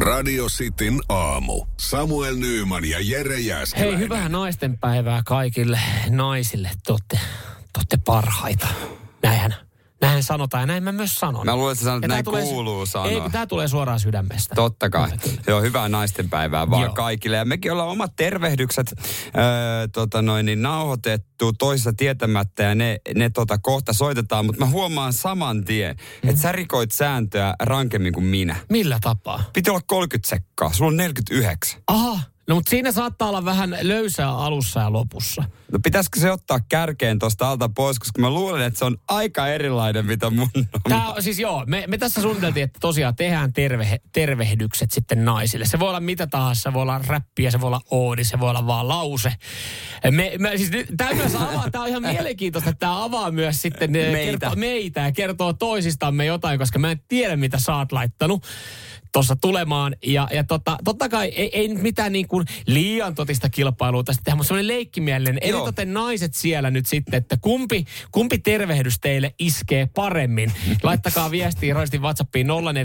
Radio Cityn aamu. Samuel Nyyman ja Jere Jääskeläinen. Hei, hyvää naistenpäivää kaikille naisille. Te ootte parhaita. Näinhän sanotaan ja näin mä myös sanon. Mä luulen, että sanot, että näin kuuluu sanoa. Ei, tää tulee suoraan sydämestä. Totta kai. Joo, hyvää naistenpäivää vaan kaikille. Ja mekin ollaan omat tervehdykset nauhoitettu toisessa tietämättä ja ne kohta soitetaan. Mutta mä huomaan saman tien, että sä rikoit sääntöä rankemmin kuin minä. Millä tapaa? Piti olla 30 sekkaa. Sulla on 49. Aha. No mutta siinä saattaa olla vähän löysää alussa ja lopussa. No pitäisikö se ottaa kärkeen tuosta alta pois, koska mä luulen, että se on aika erilainen, mitä mun on. Siis joo, me tässä suunniteltiin, että tosiaan tehdään tervehdykset sitten naisille. Se voi olla mitä tahansa, se voi olla räppiä, se voi olla oodi, se voi olla vaan lause. Tämä on ihan mielenkiintoista, että tämä avaa myös sitten meitä ja kertoo toisistamme jotain, koska mä en tiedä, mitä sä oot laittanut tuossa tulemaan. Ja totta kai ei nyt mitään niin kuin liian totista kilpailua tästä tehdä, mutta semmoinen leikkimielinen. Eritoten naiset siellä nyt sitten, että kumpi tervehdys teille iskee paremmin. Laittakaa viestiä roistin WhatsAppiin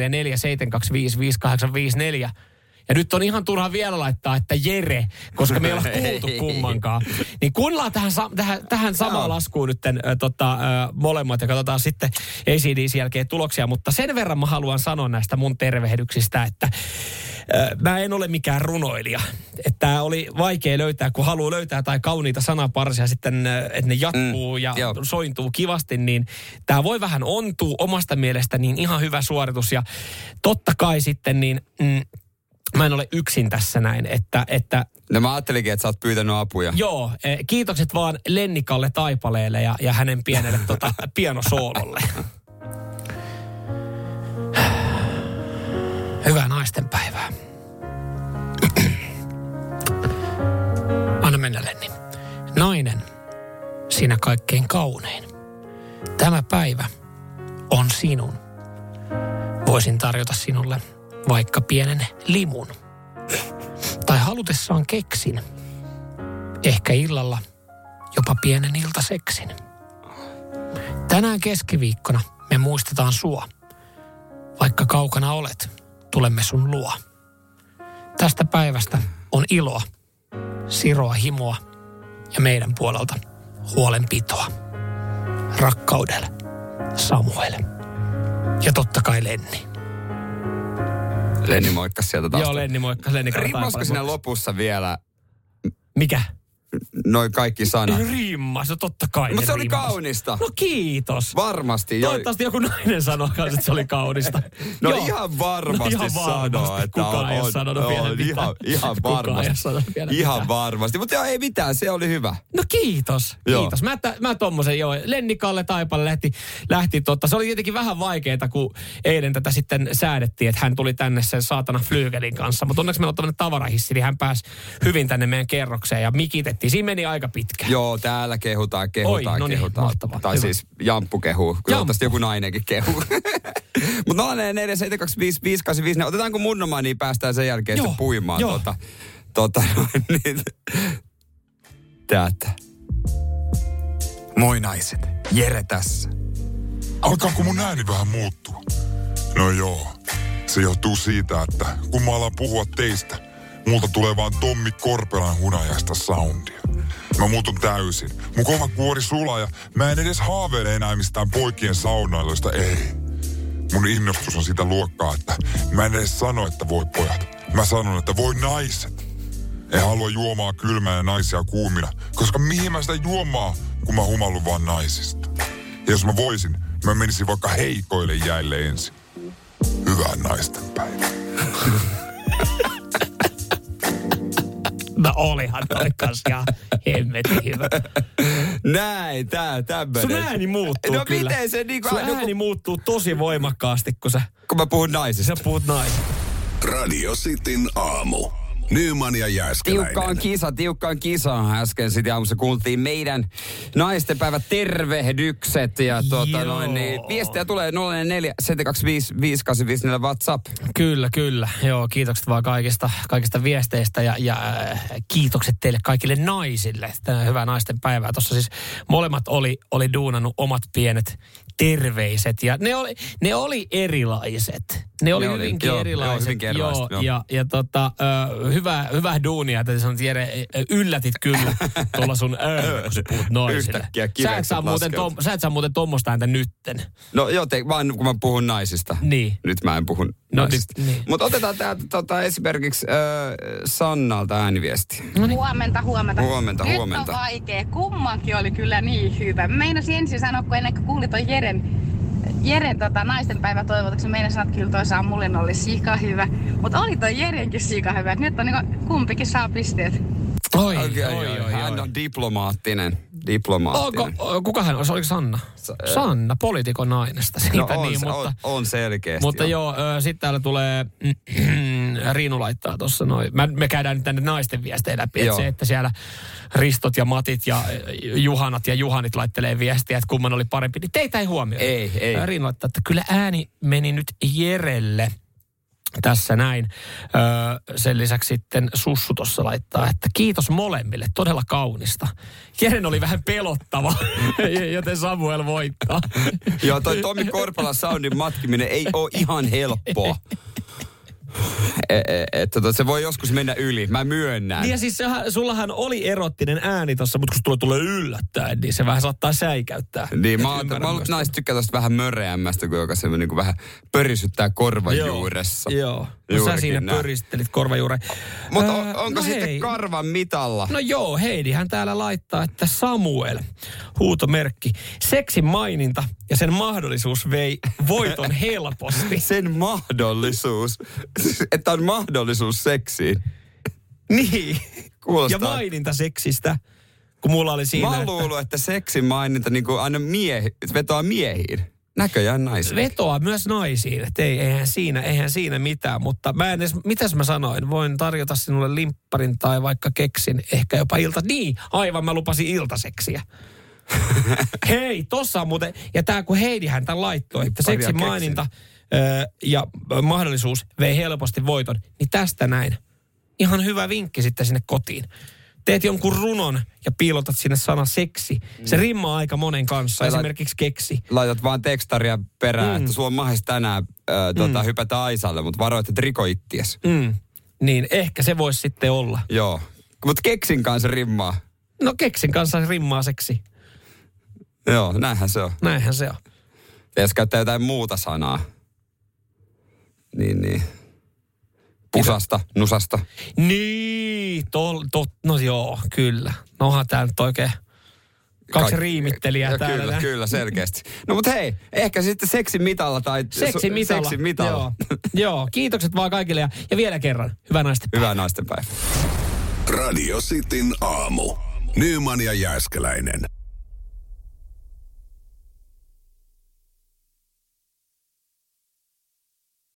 0447255854. Ja nyt on ihan turha vielä laittaa, että Jere, koska me ei olla kuultu kummankaan. Niin kuunnellaan tähän samaan laskuun nyt molemmat ja katsotaan sitten ACDC:n jälkeen tuloksia. Mutta sen verran mä haluan sanoa näistä mun tervehdyksistä, että mä en ole mikään runoilija. Että oli vaikea löytää, kun haluaa löytää tai kauniita sanaparsia sitten, että ne jatkuu ja sointuu kivasti, niin tää voi vähän ontua omasta mielestä niin ihan hyvä suoritus. Ja totta kai sitten niin mä en ole yksin tässä näin, että no mä ajattelinkin, että sä oot pyytänyt apuja. Joo, kiitokset vaan Lennikalle Taipaleelle ja hänen pienelle pianosoololle. Hyvää naistenpäivää. Anna mennä, Lenni. Nainen, sinä kaikkein kaunein. Tämä päivä on sinun. Voisin tarjota sinulle vaikka pienen limun. Tai halutessaan keksin. Ehkä illalla jopa pienen iltaseksin. Tänään keskiviikkona me muistetaan sua. Vaikka kaukana olet, tulemme sun luo. Tästä päivästä on iloa, siroa, himoa ja meidän puolelta huolenpitoa. Rakkaudelle, Samuel. Ja totta kai Lenni. Lenni moikkas sieltä taas. Joo, Lenni moikkas. Rimmasko siinä lopussa vielä? Mikä? Noin kaikki sanat. Rimmas, no totta kai. Mutta se oli kaunista. No kiitos. Varmasti. Toivottavasti joku nainen sanoo kanssa, että se oli kaunista. No joo. Ihan varmasti sanoo, että kukaan ei ole sanonut vielä mitään. Ihan varmasti. Ihan varmasti. Mutta joo, ei mitään, se oli hyvä. No kiitos. Kiitos. Mä tommosen Lennikalle Taipalle lähti se oli tietenkin vähän vaikeeta, kun eilen tätä sitten säädettiin, että hän tuli tänne sen saatana flyygelin kanssa. Mutta onneksi meillä on tämmöinen tavarahissi, niin hän pääsi hyvin tänne meidän kerrokseen ja mikitettiin. Siinä meni aika pitkä. Joo, täällä kehutaan. Mahtavaa. Tai hyvä. Siis Jamppu kehuu. Toivottavasti joku nainenkin kehuu. Mutta 0447255854. Otetaanko mun nomaa, niin päästään sen jälkeen sitten puimaan niin. Täältä. Moi naiset, Jere tässä. Alkaako mun ääni vähän muuttua? No joo, se johtuu siitä, että kun mä alan puhua teistä, multa tulee vaan Tommi Korpelan hunajasta soundia. Mä muutun täysin. Mun kova kuori sulaa ja mä en edes haaveile enää mistään poikien saunailuista, ei. Mun innostus on sitä luokkaa, että mä en edes sano, että voi pojat. Mä sanon, että voi naiset. En halua juomaa kylmää ja naisia kuumina, koska mihin mä sitä juomaa, kun mä humallun vaan naisista. Ja jos mä voisin, mä menisin vaikka heikoille jäille ensin. Hyvää naistenpäivää. No olihan toi kanssa ihan hemmetin hyvä. Näin, tämmönen. Sun ääni muuttuu no, kyllä. Miten se niinku... Sun ääni muuttuu tosi voimakkaasti, kun mä puhun naisista. Sä puhut naisista. Radio Cityn aamu. Nyman ja Jääskeläinen. Tiukkaan kisa. Äsken sitten aamussa kuultiin meidän naistenpäivät tervehdykset. Ja niin, viestejä tulee 044 725 5854 WhatsApp. Kyllä. Joo, kiitokset vaan kaikista viesteistä ja kiitokset teille kaikille naisille. Tänään hyvää naisten päivää. Tuossa siis molemmat oli duunannut omat pienet terveiset ja ne oli erilaiset. Ne oli hyvinkin erilaiset. Joo. Hyvää duunia, että sanot Jere, yllätit kyllä tuolla sun kun sä puhut naisille. Sä et saa muuten tommoista ääntä nytten. No joo, vaan kun mä puhun naisista. Niin. Nyt mä en puhu naisista. Niin. Mutta otetaan täältä esimerkiksi Sannalta ääniviesti. Huomenta. Huomenta. Nyt on vaikea. Kummankin oli kyllä niin hyvä. Meinasin ensin sanoa, kun ennen kuin kuuli ton Jeren naistenpäivä toivotuksen, meinasin sanoa, että kyllä toi Samuelin oli sika hyvä. Mutta oli toi Jerenkin sika hyvä. Nyt on niinku kumpikin saa pisteet. Oi. Hän on diplomaattinen. Kuka hän on? Oliko Sanna? Sanna, poliitikon nainesta. Siitä on selkeästi. Mutta joo, sitten täällä tulee, Riinu laittaa tuossa noin. Me käydään nyt tänne naisten viestejä läpi. Että se, että siellä Ristot ja Matit ja Juhanat ja Juhanit laittelee viestiä, että kumman oli parempi, niin teitä ei huomioida. Ei. Riinu laittaa, että kyllä ääni meni nyt Jerelle. Tässä näin. Sen lisäksi sitten Sussu tuossa laittaa, että kiitos molemmille, todella kaunista. Jeren oli vähän pelottava, joten Samuel voittaa. Joo, toi Tommi Korpelan soundin matkiminen ei ole ihan helppoa. Se voi joskus mennä yli, mä myönnän. Niin ja siis sullahan oli erottinen ääni tossa, mutta kun tulee yllättäen, niin se vähän saattaa säikäyttää. Niin, mä oon naiset tykkää tosta vähän möreämmästä, kun joka se niin vähän pörisyttää korvajuuressa. Joo. Sä siinä pöristelit korvajuureen. Mutta onko sitten karvan mitalla? No joo, Heidihän täällä laittaa, että Samuel, huutomerkki, seksin maininta ja sen mahdollisuus vei voiton helposti. Sen mahdollisuus? Että on mahdollisuus seksiin? Niin. Kuulostaa. Ja maininta seksistä, kun mulla oli siinä. Mä luulen, että seksin maininta niin kuin aina vetoaa miehiin. Näköjään naisiin. Vetoaa myös naisiin, että eihän siinä mitään, mutta mitäs mä sanoin? Voin tarjota sinulle limpparin tai vaikka keksin, ehkä jopa Niin, aivan mä lupasin iltaseksiä. Hei, tossa on muuten, ja tää kun Heidihän tämän laittoi, että seksin maininta ja mahdollisuus vei helposti voiton, niin tästä näin. Ihan hyvä vinkki sitten sinne kotiin. Teet jonkun runon ja piilotat sinne sana seksi. Se rimmaa aika monen kanssa, esimerkiksi keksi. Laitat vaan tekstaria perään, että sulla on mahdollista tänään hypätä Aisalle, mutta varoit, että riko itties. Niin, ehkä se voisi sitten olla. Joo, mutta keksin kanssa rimmaa. No keksin kanssa rimmaa seksi. Joo, näinhän se on. Ja jos käyttää jotain muuta sanaa, niin. Pusasta, nusasta. Niin, no joo, kyllä. Nohan tää nyt oikein kaksi riimittelijää täällä. Kyllä, selkeästi. No mut hei, ehkä sitten seksin mitalla tai seksin mitalla. Joo, kiitokset vaan kaikille ja vielä kerran, hyvää naistenpäivää. Hyvää naistenpäivää. Radio Cityn aamu. Nyman ja Jääskeläinen.